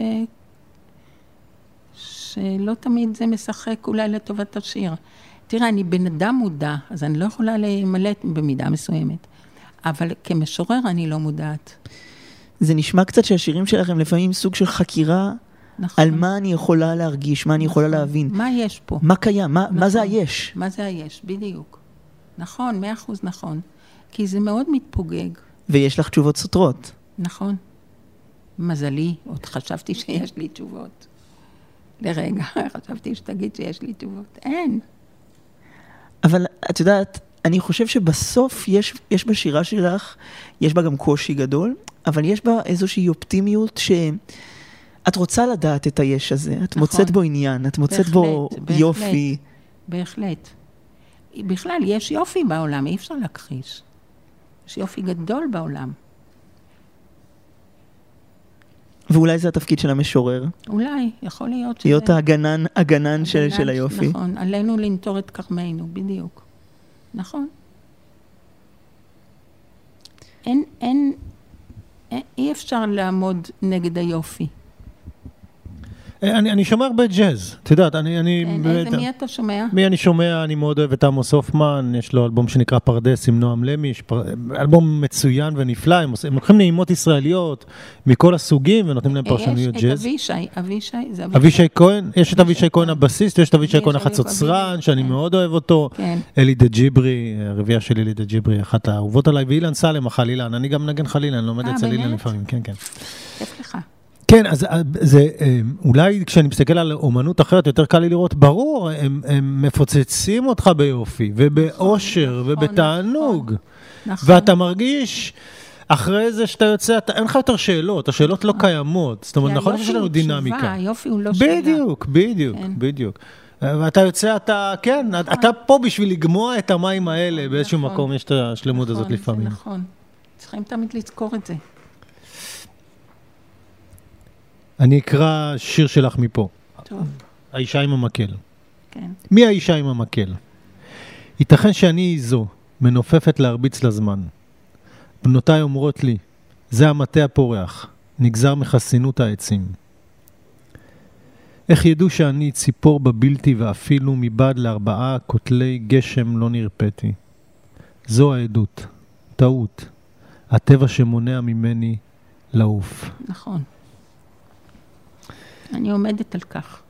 שלא תמיד זה משחק אולי לטובת השיר. תראה, אני בן אדם מודע, אז אני לא יכולה למלט במידה מסוימת. אבל כמשורר אני לא מודעת. זה נשמע קצת שהשירים שלכם לפעמים סוג של חקירה, נכון. על מה אני יכולה להרגיש, מה אני נכון. יכולה להבין. מה יש פה? מה קיים, מה, נכון. מה זה היש? מה זה היש, בדיוק. נכון, מאה אחוז נכון. כי זה מאוד מתפוגג. ויש לך תשובות סותרות. נכון. מזלי, עוד חשבתי שיש לי תשובות. לרגע, חשבתי שתגיד שיש לי תשובות. אין. אבל את יודעת, אני חושב שבסוף יש, יש בשירה שלך, יש בה גם קושי גדול, אבל יש בה איזושהי אופטימיות שאת רוצה לדעת את היש הזה, את נכון. מוצאת בו עניין, את מוצאת בהחלט, בו בהחלט, יופי. בהחלט. בכלל, יש יופי בעולם, אי אפשר להכחיש. יש יופי גדול בעולם. ואולי זה התפקיד של המשורר. אולי, יכול להיות שזה... להיות הגנן, הגנן של, של היופי. נכון, עלינו לנטור את כרמנו, בדיוק. נכון. אין, אין, אין, אי אפשר לעמוד נגד היופי. אני, אני שומע הרבה ג'אז, את יודעת, אני... אני כן, באמת, איזה מי אתה שומע? מי אני שומע, אני מאוד אוהב את עמוס הופמן, יש לו אלבום שנקרא פרדס עם נועם למי, פר... אלבום מצוין ונפלא, הם, הם לוקחים נעימות ישראליות מכל הסוגים ונותנים להם פרשנויות ג'אז. יש את אבישי, אבישי, זה אבישי. אבישי כהן, יש את אבישי כהן הבסיסט, יש את אבישי כהן החצוצרן, שאני מאוד אוהב אותו. אלי דה ג'יברי, הרביעה של אלי דה ג'יברי, אחת האהובות עליי, ואילן סלם, החלילן, אני גם נגן חלילה, אני לומד אצל אילן לפעמים, כן, כן. כיף לך. כן, אז זה, אולי כשאני מסתכל על אומנות אחרת, יותר קל לי לראות, ברור, הם, הם מפוצצים אותך ביופי, ובאושר, נכון, ובתענוג. נכון. ואתה מרגיש, אחרי זה שאתה יוצא, אתה, אין לך יותר שאלות, השאלות לא קיימות. זאת אומרת, נכון שיש לנו דינמיקה. היופי הוא לא שאלה. בדיוק, בדיוק, כן. בדיוק. ואתה יוצא, אתה, כן, נכון. אתה פה בשביל לגמוע את המים האלה, באיזשהו נכון. מקום יש את השלמות נכון, הזאת לפעמים. נכון, צריכים תמיד לזכור את זה. אני אקרא שיר שלך מפה. טוב. האישה עם המקל. כן. מי האישה עם המקל? ייתכן שאני איזו, מנופפת להרביץ לזמן. בנותיי אומרות לי, זה המטה הפורח, נגזר מחסינות העצים. איך ידעו שאני ציפור בבלתי ואפילו מבעד לארבעה כותלי גשם לא נרפאתי? זו העדות, טעות, הטבע שמונע ממני לעוף. נכון. אני עומדת על כך.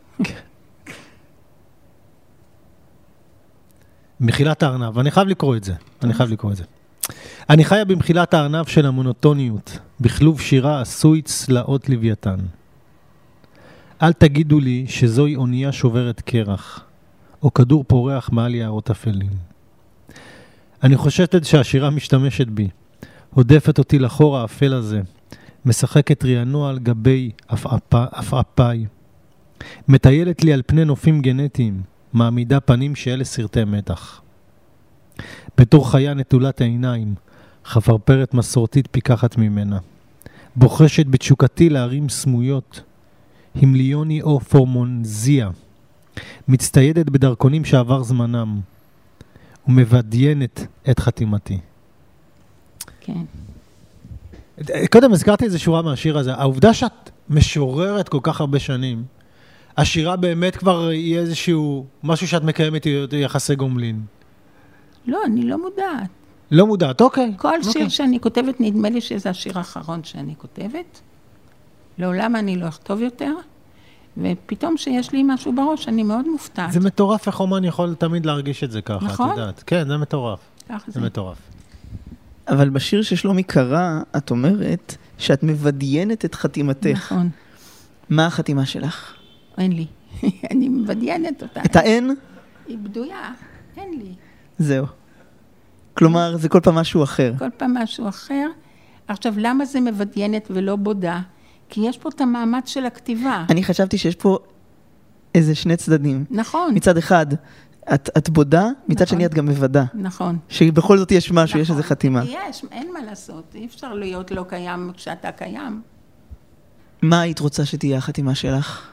מחילת הארנב, אני חייב לקרוא את זה, אני חייב לקרוא את זה. אני חיה במחילת הארנב של המונוטוניות, בכלוב שירה עשוי צלעות לוויתן. אל תגידו לי שזוהי אונייה שוברת קרח, או כדור פורח מעל יערות אפלים. אני חושבת שהשירה משתמשת בי, הודפת אותי לחור האפל הזה, משחקת ריענוע על גבי אפאפיי, מטיילת לי על פני נופים גנטיים, מעמידה פנים שאלה סרטי מתח. בתור חיה נטולת העיניים, חפרפרת מסורתית פיקחת ממנה. בוחשת בתשוקתי להרים סמויות, המליוני או פורמונזיה, מצטיידת בדרכונים שעבר זמנם, ומבדיינת את חתימתי. כן. קודם הזכרתי איזו שורה מהשיר הזה, העובדה שאת משוררת כל כך הרבה שנים, השירה באמת כבר יהיה איזשהו, משהו שאת מקיימת יחסי גומלין. לא, אני לא מודעת. לא מודעת, אוקיי. כל אוקיי. שיר שאני כותבת, נדמה לי שזה השיר האחרון שאני כותבת. לעולם אני לא אכתוב יותר, ופתאום שיש לי משהו בראש, אני מאוד מופתעת. זה מטורף, איך אומן יכול תמיד להרגיש את זה ככה, נכון? את יודעת. כן, זה מטורף. ככה זה. זה. זה מטורף. אבל בשיר ששלומי קרא, את אומרת שאת מבדיינת את חתימתך. נכון. מה החתימה שלך? אין לי. אני מבדיינת אותה. את האין? היא בדויה. אין לי. זהו. כלומר, זה כל פעם משהו אחר. כל פעם משהו אחר. עכשיו, למה זה מבדיינת ולא בודה? כי יש פה את המאמץ של הכתיבה. אני חשבתי שיש פה איזה שני צדדים. נכון. מצד אחד, את, את בודה, מצד נכון. שני את גם מבדה. נכון. שבכל זאת יש משהו, נכון. יש איזה חתימה. יש, אין מה לעשות. אי אפשר להיות לא קיים כשאתה קיים. מה היית רוצה שתהיה החתימה שלך?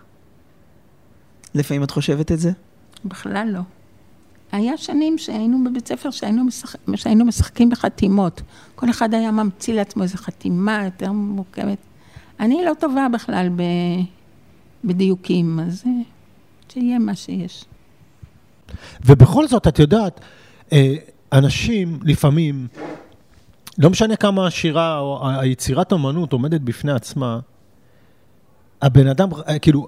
לפעמים את חושבת את זה? בכלל לא. היה שנים שהיינו בבית ספר שהיינו, משחק, שהיינו משחקים בחתימות. כל אחד היה ממציא לעצמו איזו חתימה יותר מורכבת. אני לא טובה בכלל ב, בדיוקים, אז שיהיה מה שיש. ובכל זאת, את יודעת, אנשים לפעמים, לא משנה כמה השירה או היצירת אומנות עומדת בפני עצמה, הבן אדם, כאילו,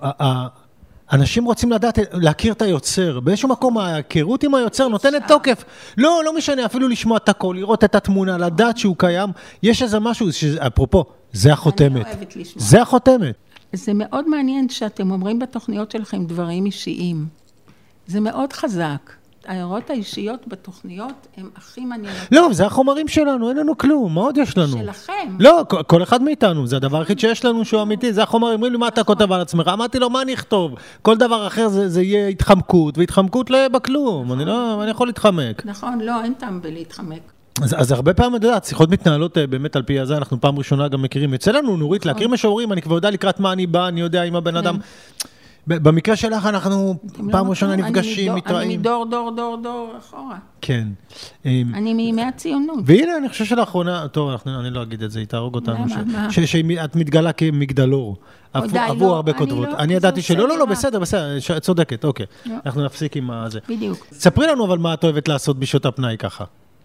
אנשים רוצים לדעת, להכיר את היוצר. באיזשהו מקום ההיכרות עם היוצר נותנת תוקף. לא, לא משנה, אפילו לשמוע את הכל, לראות את התמונה, לדעת שהוא קיים. יש איזה משהו, אפרופו, זה החותמת. אני אוהבת לשמוע. זה החותמת. זה מאוד מעניין שאתם אומרים בתוכניות שלכם דברים אישיים. זה מאוד חזק. ההערות האישיות בתוכניות הם הכי מעניינות. לא, זה החומרים שלנו, אין לנו כלום. מה עוד יש לנו? שלכם. לא, כל אחד מאיתנו, זה הדבר הכי שיש לנו שהוא אמיתי, זה החומרים. אומרים לי, מה אתה כותב על עצמך? אמרתי לו, מה אני אכתוב? כל דבר אחר זה, זה יהיה התחמקות, והתחמקות לא יהיה בכלום. אני לא, אני יכול להתחמק. נכון, לא, אין טעם בלהתחמק. אז, אז הרבה פעמים, אתה יודע, שיחות מתנהלות באמת על פי הזה, אנחנו פעם ראשונה גם מכירים. יוצא לנו, נורית, להכיר משוררים, אני כבר יודע לקראת מה אני בא, אני יודע אם הבן אדם... במקרה שלך אנחנו פעם ראשונה נפגשים, מתראים. אני מדור, דור, דור, דור, אחורה. כן. אני מימי הציונות. והנה, אני חושב שלאחרונה, טוב, אני לא אגיד את זה, היא תהרוג אותנו. למה? שאת מתגלה כמגדלור. עברו הרבה כותבות. אני ידעתי שלא, לא, לא, בסדר, בסדר, צודקת, אוקיי. אנחנו נפסיק עם זה. בדיוק. ספרי לנו אבל מה את אוהבת לעשות בשעות הפנאי ככה.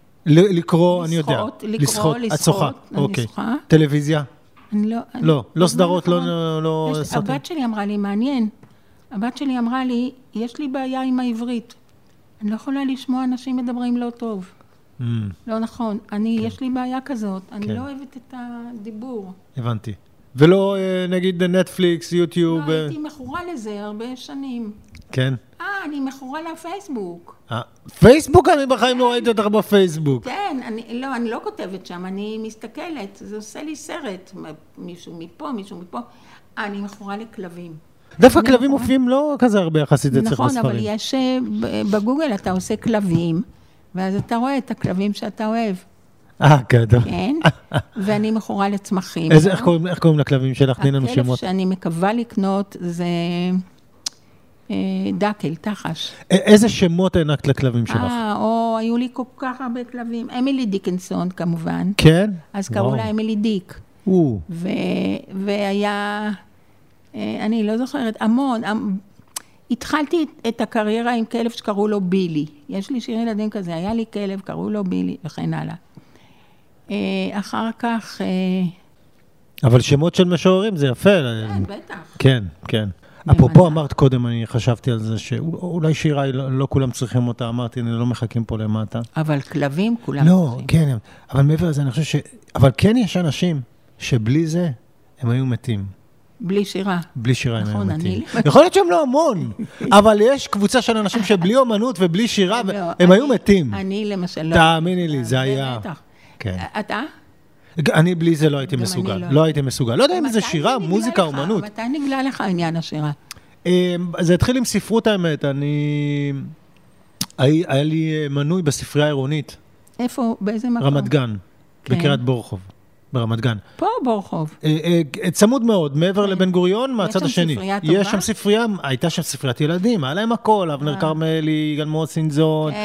לקרוא, אני יודע. לקרוא, לשחות. אוקיי. טלוויזיה? לא, לא, לא סדרות, לא... הבת שלי אמרה לי, מעניין. הבת שלי אמרה לי, יש לי בעיה עם העברית. אני לא יכולה לשמוע אנשים מדברים לא טוב. Mm. לא נכון. אני, כן. יש לי בעיה כזאת. אני כן. לא אוהבת את הדיבור. הבנתי. ולא, נגיד, נטפליקס, יוטיוב... לא, הייתי מכורה לזה הרבה שנים. כן. אה, אני מכורה לפייסבוק. אה, פייסבוק? אני בחיים לא ראיתי אותך בפייסבוק. כן, אני, לא, אני לא כותבת שם, אני מסתכלת. זה עושה לי סרט. מישהו מפה, מישהו מפה. אני מכורה לכלבים. דווקא כלבים מופיעים לא כזה הרבה יחסית אצלך בספרים. נכון, אבל יש, בגוגל אתה עושה כלבים, ואז אתה רואה את הכלבים שאתה אוהב. אה, גדול. כן, ואני מכורה לצמחים. איך קוראים לכלבים שלך? תני לנו שמות. הכלב שאני מקווה לקנות זה דקל, תחש. איזה שמות הענקת לכלבים שלך? אה, או היו לי כל כך הרבה כלבים. אמילי דיקנסון כמובן. כן? אז קראו לה אמילי דיק. והיה... אני לא זוכרת, המון, התחלתי את הקריירה עם כלב שקראו לו בילי, יש לי שיר ילדים כזה, היה לי כלב, קראו לו בילי, וכן הלאה. אחר כך... אבל שמות של משוררים זה יפה. כן, בטח. כן, כן. אפרופו אמרת קודם, אני חשבתי על זה שאולי שירה, לא כולם צריכים אותה, אמרתי, אני לא מחכים פה למטה. אבל כלבים כולם צריכים. צריכים. לא, כן, אבל מעבר לזה, אני חושב ש... אבל כן יש אנשים שבלי זה הם היו מתים. בלי שירה. בלי שירה הם היו מתים. יכול להיות שהם לא המון, אבל יש קבוצה של אנשים שבלי אומנות ובלי שירה, הם היו מתים. אני למשל לא. תאמיני לי, זה היה... אתה? אני בלי זה לא הייתי מסוגל. לא הייתי מסוגל. לא יודע אם זה שירה, מוזיקה, אומנות. מתי נגלה לך עניין השירה? זה התחיל עם ספרות האמת. אני... היה לי מנוי בספרייה העירונית. איפה? באיזה מקום? רמת גן, בקריית בורחוב. ברמת גן. פה בורחוב. צמוד מאוד, מעבר לבן גוריון, מהצד השני. יש שם ספרייה טובה? יש שם ספרייה, הייתה שם ספריית ילדים, היה להם הכל, אבנר קרמלי, יגאל מוסינזון,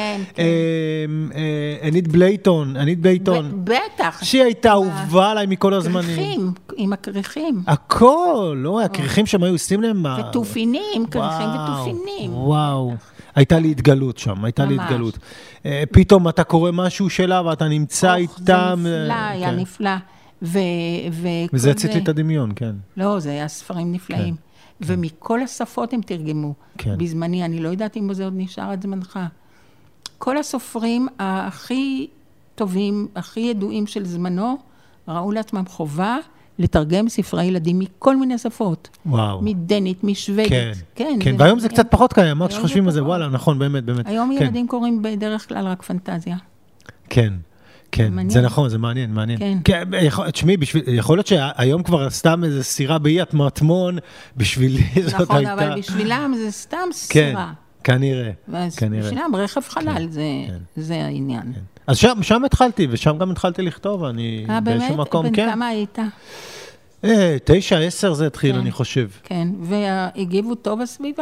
ענית בלייטון, ענית בייטון. בטח. שהיא הייתה אהובה עליי מכל הזמנים. כריכים, עם הכריכים. הכל, לא, הכריכים שהם היו עושים להם... ותופינים, כריכים ותופינים. וואו. הייתה לי התגלות שם, הייתה לי התגלות. פתאום אתה קורא משהו שלה ואתה נמצא איתם. זה נפלא, היה נפלא. וזה הציט לי את הדמיון, כן. לא, זה היה ספרים נפלאים. ומכל השפות הם תרגמו. בזמני, אני לא יודעת אם זה עוד נשאר עד זמנך. כל הסופרים הכי טובים, הכי ידועים של זמנו, ראו לעצמם חובה לתרגם ספרי ילדים מכל מיני שפות. וואו. מדנית, משוודית. כן, כן. כן. והיום זה קצת פחות קיים, מה שחושבים על זה, וואלה, נכון, באמת, באמת. היום ילדים קוראים בדרך כלל רק פנטזיה. כן. כן, מעניין. זה נכון, זה מעניין, מעניין. כן. כן, יכול- תשמעי, בשביל- יכול להיות שהיום כבר סתם איזה סירה באי מטמון, בשבילי זאת הייתה... נכון, אבל בשבילם זה סתם כן, סירה. כנראה, ואז כנראה. בשבילם רכב חלל, זה, זה העניין. אז שם, שם התחלתי, ושם גם התחלתי לכתוב, אני אה, באיזשהו באמת? מקום, בן כן. כמה היית? אה, תשע, עשר זה התחיל, כן. אני חושב. כן, והגיבו טוב הסביבה?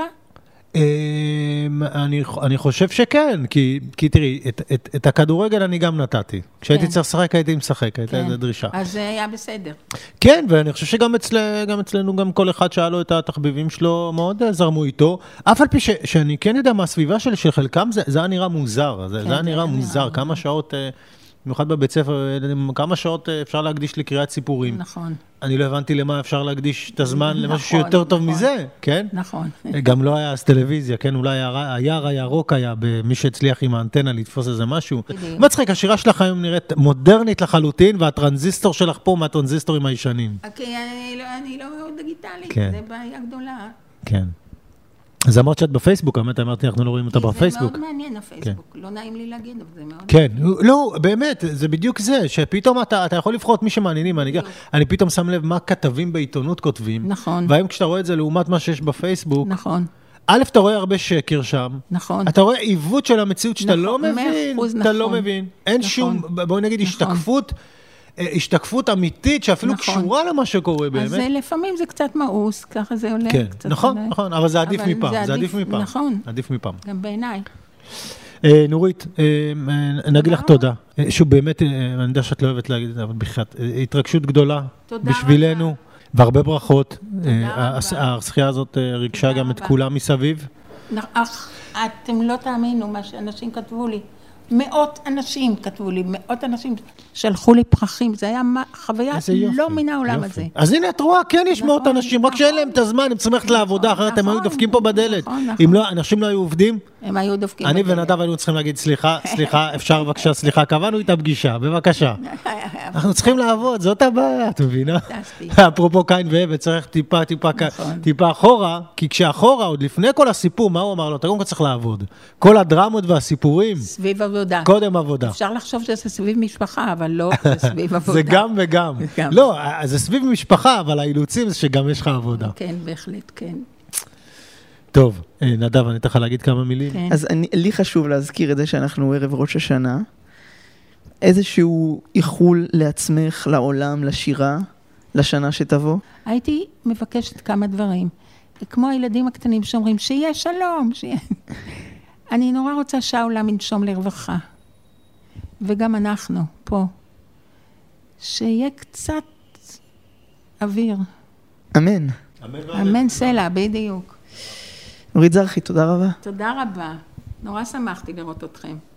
אמ, אני, אני חושב שכן, כי, כי תראי, את, את, את הכדורגל אני גם נתתי. כשהייתי כן. צריך לשחק, הייתי משחק, הייתה כן. איזו דרישה. אז זה היה בסדר. כן, ואני חושב שגם אצל, גם אצלנו, גם כל אחד שהיה לו את התחביבים שלו, מאוד אה, זרמו איתו. אף על פי ש, שאני כן יודע מהסביבה שלי, של חלקם זה, זה היה נראה מוזר, זה, כן, זה היה זה נראה היה מוזר, נראה כמה שעות, אה, במיוחד בבית ספר, אה, כמה שעות אה, אפשר להקדיש לקריאת סיפורים. נכון, אני לא הבנתי למה אפשר להקדיש את הזמן למשהו נכון, שיותר טוב נכון. מזה, כן? נכון. גם לא היה אז טלוויזיה, כן? אולי היער- היער הירוק היה במי שהצליח עם האנטנה לתפוס איזה משהו. בדיוק. מצחיק, השירה שלך היום נראית מודרנית לחלוטין, והטרנזיסטור שלך פה מהטרנזיסטורים הישנים. אוקיי, אני לא- אני לא מאוד דיגיטלית, כן. זה בעיה גדולה. כן. אז אמרת שאת בפייסבוק, האמת, אמרתי, אנחנו לא רואים אותה זה בפייסבוק. מאוד מעניין הפייסבוק, לא נעים לי להגיד, אבל זה מאוד... כן, לא, באמת, זה בדיוק זה, שפתאום אתה, אתה יכול לבחור את מי שמעניינים, אני, אני פתאום שם לב מה כתבים בעיתונות כותבים, נכון. והיום כשאתה רואה את זה לעומת מה שיש בפייסבוק, נכון, א', אתה רואה הרבה שקר שם, נכון. אתה רואה עיוות של המציאות שאתה נכון, לא מאה מבין, אחוז אתה לא נכון. מבין, אין נכון. שום, בואי נגיד, נכון. השתקפות, אה, השתקפות אמיתית שאפילו נכון. קשורה למה שקורה אז באמת. זה, לפעמים זה קצת מאוס, ככה זה עולה. כן, קצת נכון, עולה. נכון, אבל זה עדיף אבל מפעם, זה עדיף מפעם. נכון, עדיף מפעם. גם בעיניי. אה, נורית, אה, אה, נגיד לך רבה. תודה. אה, שוב, באמת, אה, אני יודע שאת לא אוהבת להגיד את זה, אבל בכלל, אה, התרגשות גדולה תודה בשבילנו, והרבה ברכות. תודה אה, רבה. הש- השחייה הזאת אה, ריגשה תודה גם את רבה. כולם מסביב. אך, אתם לא תאמינו מה שאנשים כתבו לי. מאות אנשים כתבו לי, מאות אנשים שלחו לי פרחים, זה היה מה- חוויה איזה יופי, לא מן העולם יופי. הזה. אז הנה, את רואה, כן יש נכון, מאות אנשים, רק שאין להם את הזמן, הם צריכים ללכת לעבודה, אחרת הם היו נכון, דופקים פה בדלת. נכון, נכון. אם לא, אנשים לא היו עובדים, הם היו דופקים. אני בדלת. ונדב היינו צריכים להגיד, סליחה, סליחה, אפשר בבקשה, סליחה, קבענו איתה פגישה, בבקשה. אנחנו צריכים לעבוד, זאת הבעיה, את מבינה? פנטסטי. אפרופו קין והבל, צריך טיפה, טיפה, נכון. טיפה אחורה, כי כשאחורה, עוד לפני כל הסיפור, מה הוא אמר לו? אתה קודם כל צריך לעבוד. כל הדרמות והסיפורים, סביב עבודה. קודם עבודה. אפשר לחשוב שזה סביב משפחה, אבל לא, זה סביב עבודה. זה גם וגם. גם. לא, זה סביב משפחה, אבל האילוצים זה שגם יש לך עבודה. כן, בהחלט, כן. טוב, אה, נדב, אני אתן לך להגיד כמה מילים. כן. אז אני, לי חשוב להזכיר את זה שאנחנו ערב ראש השנה. איזשהו איחול לעצמך, לעולם, לשירה, לשנה שתבוא. הייתי מבקשת כמה דברים. כמו הילדים הקטנים שאומרים, שיהיה שלום, שיהיה... אני נורא רוצה שהעולם ינשום לרווחה. וגם אנחנו, פה. שיהיה קצת אוויר. אמן. אמן סלע, בדיוק. נורית זרחי, תודה רבה. תודה רבה. נורא שמחתי לראות אתכם.